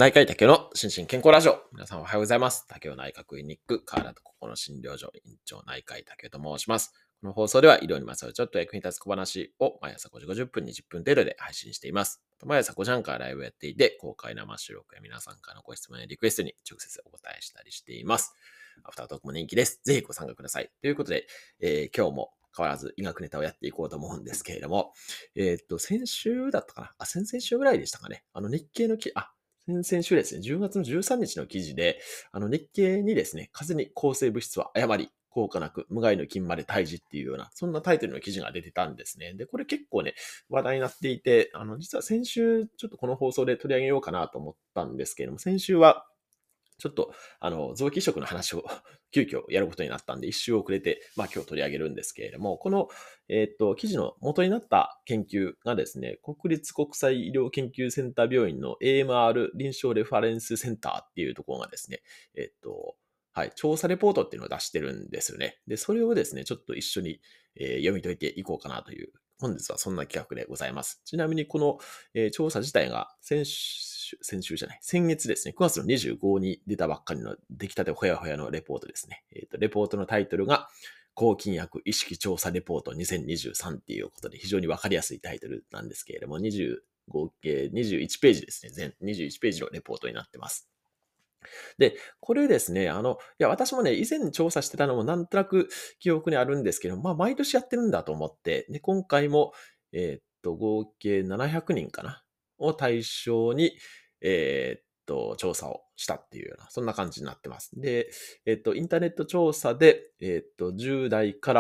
内科医竹の心身健康ラジオ。皆さんおはようございます。竹雄内科クリニック、河原とここの診療所院長内科医竹雄と申します。この放送では医療にまつわるちょっと役に立つ小話を毎朝5時50分、20分程度で配信しています。毎朝5時半からライブをやっていて、公開生収録や皆さんからのご質問やリクエストに直接お答えしたりしています。アフタートークも人気です。ぜひご参加ください。ということで、今日も変わらず医学ネタをやっていこうと思うんですけれども、先週だったかな先々週ぐらいでしたかね。日経の先々週ですね、10月の13日の記事で、日経にですね、風邪に抗生物質は誤り、効果なく、無害の菌まで退治っていうような、そんなタイトルの記事が出てたんですね。で、これ結構ね、話題になっていて、実は先週、ちょっとこの放送で取り上げようかなと思ったんですけれども、先週は、ちょっと、臓器移植の話を急遽やることになったんで、一周遅れて、今日取り上げるんですけれども、この、記事の元になった研究がですね、国立国際医療研究センター病院の AMR 臨床レファレンスセンターっていうところがですね、はい、調査レポートっていうのを出してるんですよね。で、それをですね、ちょっと一緒に、読み解いていこうかなという、本日はそんな企画でございます。ちなみにこの、調査自体が先月ですね、9月の25日に出たばっかりの出来たてほやほやのレポートですね。レポートのタイトルが、抗菌薬意識調査レポート2023っていうことで非常にわかりやすいタイトルなんですけれども、合計21ページですね。全21ページのレポートになってます。で、これですね、私もね、以前調査してたのもなんとなく記憶にあるんですけど、毎年やってるんだと思って、で、今回も、合計700人かなを対象に、調査をしたっていうような、そんな感じになってます。で、インターネット調査で、10代から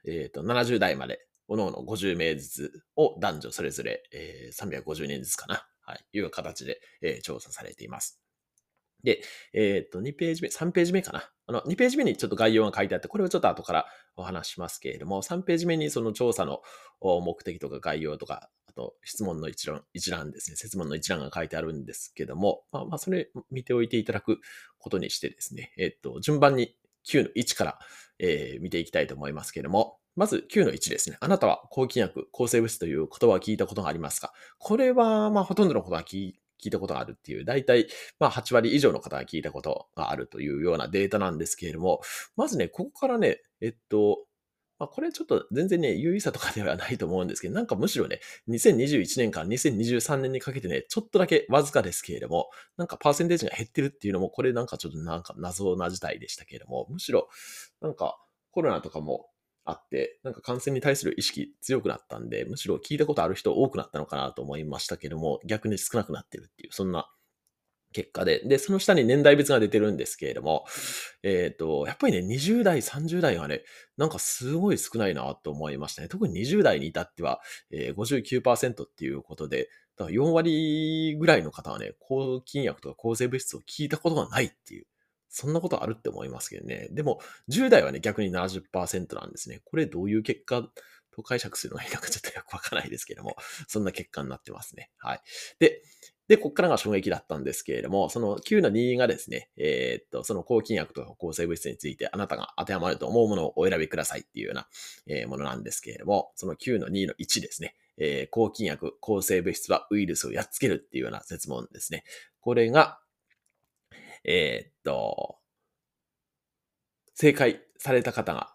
、70代まで、各々50名ずつを男女それぞれ、350人ずつかな、はい、いう形で、調査されています。で、2ページ目、3ページ目かな。2ページ目にちょっと概要が書いてあって、これをちょっと後からお話ししますけれども、3ページ目にその調査の目的とか概要とか、あと質問の一覧ですね、設問の一覧が書いてあるんですけども、それ見ておいていただくことにしてですね、順番に9の1から、見ていきたいと思いますけれども、まず9の1ですね。あなたは抗菌薬、抗生物質という言葉を聞いたことがありますか？これは、ほとんどのことは聞いたことがあるっていう、大体8割以上の方が聞いたことがあるというようなデータなんですけれども、まずね、ここからね、これちょっと全然ね、有意差とかではないと思うんですけど、なんかむしろね、2021年から2023年にかけてね、ちょっとだけわずかですけれども、なんかパーセンテージが減ってるっていうのも、これなんかちょっとなんか謎な事態でしたけれども、むしろなんかコロナとかもあって、なんか感染に対する意識強くなったんで、むしろ聞いたことある人多くなったのかなと思いましたけども、逆に少なくなってるっていう、そんな結果で、その下に年代別が出てるんですけれども、やっぱりね、20代、30代がね、なんかすごい少ないなと思いましたね。特に20代に至っては、59% っていうことで、だから4割ぐらいの方はね、抗菌薬とか抗生物質を聞いたことがないっていう、そんなことあるって思いますけどね。でも、10代はね、逆に 70% なんですね。これどういう結果と解釈するのがいいのかちょっとよくわからないですけども、そんな結果になってますね。はい。で、こっからが衝撃だったんですけれども、その9の2がですね、その抗菌薬とか抗生物質についてあなたが当てはまると思うものをお選びくださいっていうような、ものなんですけれども、その9の2の1ですね、抗菌薬、抗生物質はウイルスをやっつけるっていうような説問ですね。これが、えーっと、正解された方が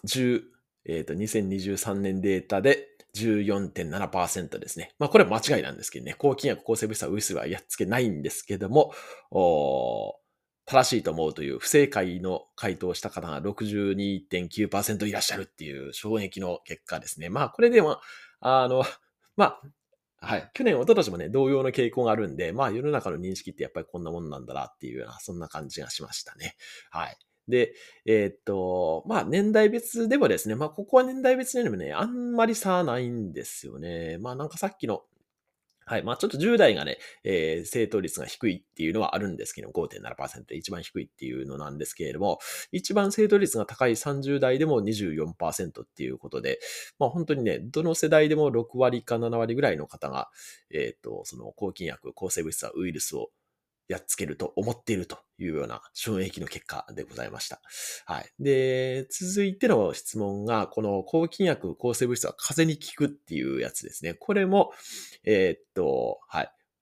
2023年データで14.7% ですね。これは間違いなんですけどね。抗菌薬、抗生物質はウイルスはやっつけないんですけども、正しいと思うという不正解の回答をした方が 62.9% いらっしゃるっていう衝撃の結果ですね。これでも、まはい。去年、一昨年もね、同様の傾向があるんで、世の中の認識ってやっぱりこんなもんなんだなっていうような、そんな感じがしましたね。はい。で、年代別でもですね、ここは年代別でもね、あんまり差はないんですよね。なんかさっきのはい。ちょっと10代がね、正答率が低いっていうのはあるんですけど、5.7%一番低いっていうのなんですけれども、一番正答率が高い30代でも24%っていうことで、本当にね、どの世代でも6割か7割ぐらいの方が、その抗菌薬、抗生物質はウイルスをやっつけると思っているというような衝撃の結果でございました。はい。で、続いての質問が、この抗菌薬、抗生物質は風邪に効くっていうやつですね。これも、はい。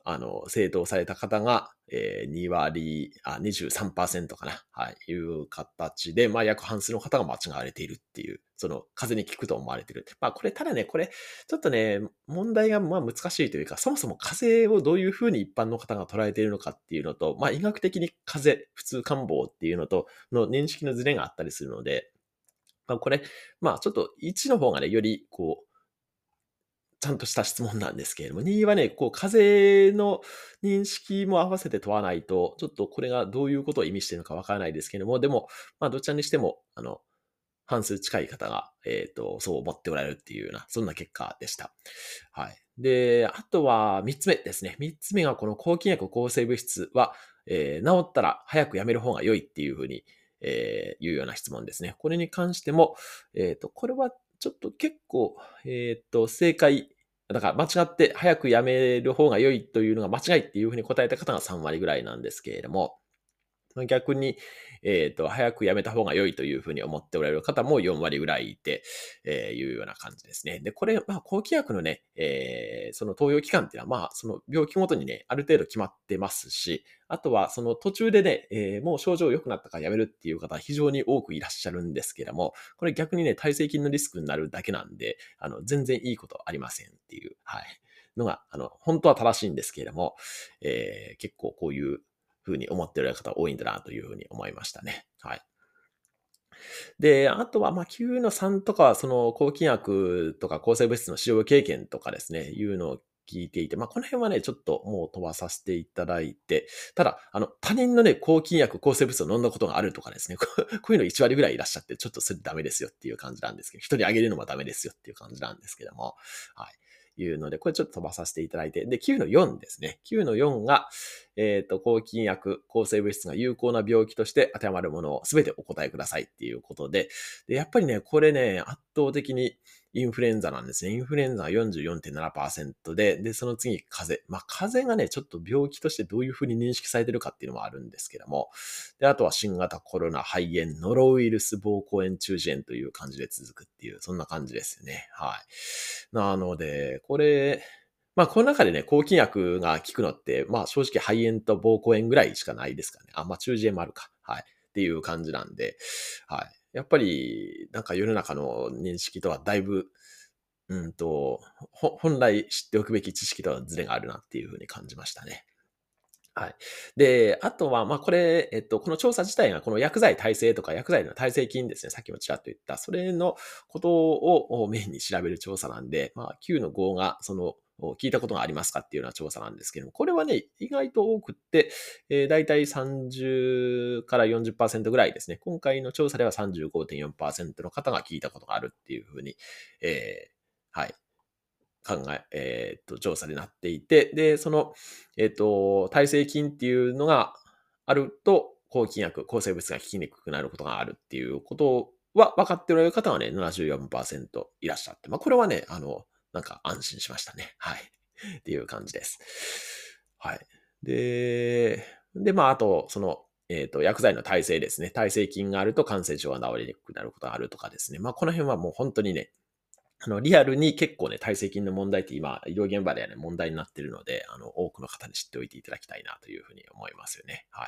正当された方が、2割、23%かな、はい、いう形で、まあ、約半数の方が間違われているっていう、その、風邪に効くと思われている。まあ、これ、ただね、これ、ちょっとね、問題が、まあ、難しいというか、そもそも風邪をどういうふうに一般の方が捉えているのかっていうのと、まあ、医学的に風邪、普通感冒っていうのと、の認識のズレがあったりするので、まあ、これ、まあ、ちょっと1の方がね、より、こう、ちゃんとした質問なんですけれども、2はね、こう、風の認識も合わせて問わないと、ちょっとこれがどういうことを意味しているのかわからないですけれども、でも、まあ、どちらにしても、半数近い方が、そう思っておられるっていうような、そんな結果でした。はい。で、あとは3つ目ですね。3つ目がこの抗菌薬抗生物質は、治ったら早くやめる方が良いっていうふうに、いうような質問ですね。これに関しても、これはちょっと結構、正解、だから間違って早くやめる方が良いというのが間違いっていうふうに答えた方が3割ぐらいなんですけれども、逆に、早くやめた方が良いというふうに思っておられる方も4割ぐらいいて、いうような感じですね。で、これ、まあ、抗菌薬のね、その投与期間っていうのは、まあ、その病気ごとにね、ある程度決まってますし、あとは、その途中でね、もう症状良くなったからやめるっていう方は非常に多くいらっしゃるんですけども、これ逆にね、耐性菌のリスクになるだけなんで、全然いいことありませんっていう、はい。のが、本当は正しいんですけれども、結構こういうふうに思っておられる方多いんだなというふうに思いましたね。はい。で、あとは、まあ、9の3とかは、その、抗菌薬とか抗生物質の使用経験とかですね、いうのを聞いていて、まあ、この辺はね、ちょっともう飛ばさせていただいて、ただ、他人のね、抗菌薬、抗生物質を飲んだことがあるとかですね、こういうの1割ぐらいいらっしゃって、ちょっとそれダメですよっていう感じなんですけど、人にあげるのもダメですよっていう感じなんですけども、はい。いうので、これちょっと飛ばさせていただいて、で、9の4ですね。9の4が、抗菌薬、抗生物質が有効な病気として当てはまるものをすべてお答えくださいっていうことで、で、やっぱりね、これね、圧倒的にインフルエンザなんですね。インフルエンザが 44.7% で、その次風邪。まあ、風邪がね、ちょっと病気としてどういうふうに認識されてるかっていうのもあるんですけども、で、あとは新型コロナ、肺炎、ノロウイルス、膀胱炎、中耳炎という感じで続くっていう、そんな感じですよね。はい。なので、これ、まあ、この中でね、抗菌薬が効くのって、まあ、正直肺炎と膀胱炎ぐらいしかないですからね。あ、まあ、中耳炎もあるか。はい。っていう感じなんで、はい。やっぱり、なんか世の中の認識とはだいぶ、本来知っておくべき知識とはズレがあるなっていうふうに感じましたね。はい。で、あとは、まあ、これ、この調査自体が、この薬剤耐性とか薬剤の耐性菌ですね、さっきもちらっと言った、それのことをメインに調べる調査なんで、まあ、9の5が、その、聞いたことがありますかっていうような調査なんですけども、これはね、意外と多くって、だいたい30から40%ぐらいですね。今回の調査では35.4%の方が聞いたことがあるっていうふうに、はい、調査でなっていて、で、その、耐性菌っていうのがあると、抗菌薬、抗生物が効きにくくなることがあるっていうことは分かっておられる方はね、74%いらっしゃって、まあ、これはね、なんか安心しましたね。はい。っていう感じです。はい。で、まあ、あと、その、薬剤の耐性ですね。耐性菌があると感染症が治りにくくなることがあるとかですね。まあ、この辺はもう本当にね、リアルに結構ね、耐性菌の問題って今、医療現場ではね、問題になっているので、多くの方に知っておいていただきたいなというふうに思いますよね。はい。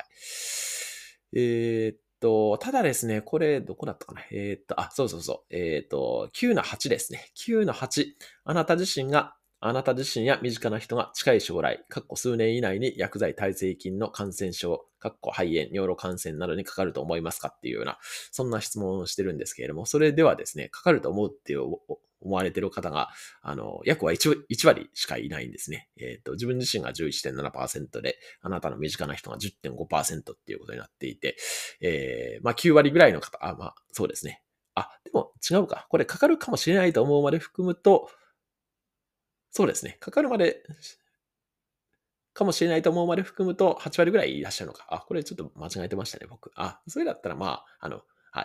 ただですね、これ、どこだったかなそうそうそう。9の8ですね。9の8。あなた自身や身近な人が近い将来、数年以内に薬剤耐性菌の感染症、肺炎、尿路感染などにかかると思いますかっていうような、そんな質問をしてるんですけれども、それではですね、かかると思うって思われている方が、約は1割しかいないんですね。自分自身が11.7%で、あなたの身近な人が10.5%っていうことになっていて、まあ9割ぐらいの方、まあそうですね。でも違うか。これかかるかもしれないと思うまで含むと、そうですね。かかるまでかもしれないと思うまで含むと、8割ぐらいいらっしゃるのか。これちょっと間違えてましたね、僕。それだったら、まあ、はい、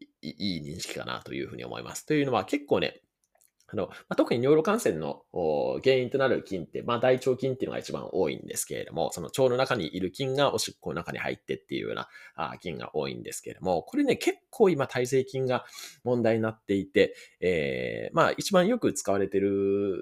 いい認識かなというふうに思います。というのは、結構ね、特に尿路感染の原因となる菌って、まあ、大腸菌っていうのが一番多いんですけれども、その腸の中にいる菌がおしっこの中に入ってっていうような菌が多いんですけれども、これね、結構今、耐性菌が問題になっていて、まあ、一番よく使われている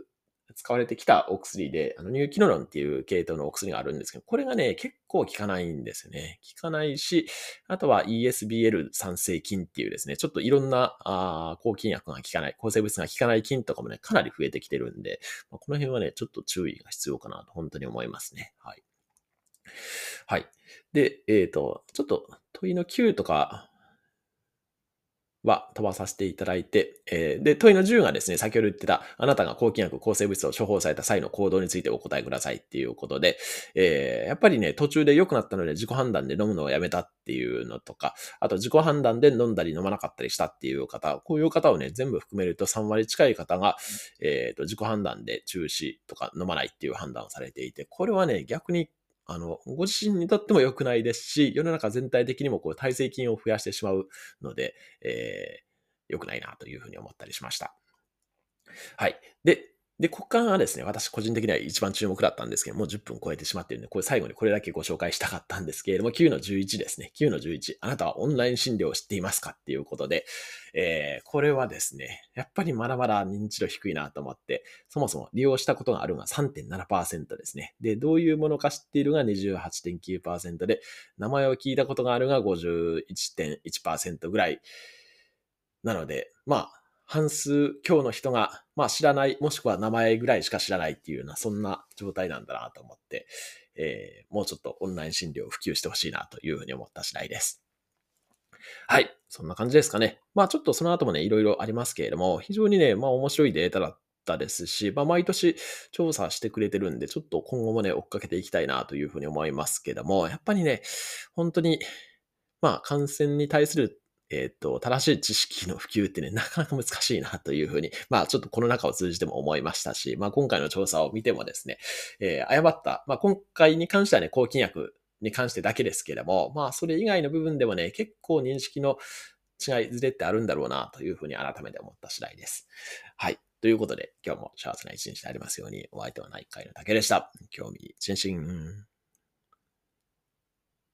使われてきたお薬で、ニューキノロンっていう系統のお薬があるんですけど、これがね、結構効かないんですよね。効かないし、あとは ESBL 酸性菌っていうですね、ちょっといろんな抗菌薬が効かない、抗生物質が効かない菌とかもね、かなり増えてきてるんで、この辺はね、ちょっと注意が必要かなと本当に思いますね。はい。はい。で、ちょっと問いの9とか、は飛ばさせていただいて、で、問いの10がですね、先ほど言ってた、あなたが抗菌薬、抗生物質を処方された際の行動についてお答えくださいっていうことで、やっぱりね、途中で良くなったので自己判断で飲むのをやめたっていうのとか、あと自己判断で飲んだり飲まなかったりしたっていう方、こういう方をね、全部含めると3割近い方が、自己判断で中止とか飲まないっていう判断をされていて、これはね、逆にご自身にとっても良くないですし、世の中全体的にもこう耐性菌を増やしてしまうので、良くないなというふうに思ったりしました。はい。で、ここからがですね、私個人的には一番注目だったんですけども、う10分超えてしまっているので、これ最後にこれだけご紹介したかったんですけれども、9の11ですね。9の11。あなたはオンライン診療を知っていますかっていうことで、これはですね、やっぱりまだまだ認知度低いなと思って、そもそも利用したことがあるが 3.7% ですね。で、どういうものか知っているが 28.9% で、名前を聞いたことがあるが 51.1% ぐらいなので、半数強の人が、知らない、もしくは名前ぐらいしか知らないっていうような、そんな状態なんだなと思って、もうちょっとオンライン診療を普及してほしいなというふうに思った次第です。はい。そんな感じですかね。ちょっとその後もね、いろいろありますけれども、非常にね、面白いデータだったですし、毎年調査してくれてるんで、ちょっと今後もね、追っかけていきたいなというふうに思いますけども、やっぱりね、本当に感染に対する、正しい知識の普及ってね、なかなか難しいなというふうに、ちょっとこの中を通じても思いましたし、今回の調査を見てもですね、誤った、今回に関してはね、抗菌薬に関してだけですけれども、それ以外の部分でもね、結構認識の違い、ずれってあるんだろうなというふうに改めて思った次第です。はい。ということで、今日も幸せな一日でありますように、お相手は内科医の竹でした。興味津々。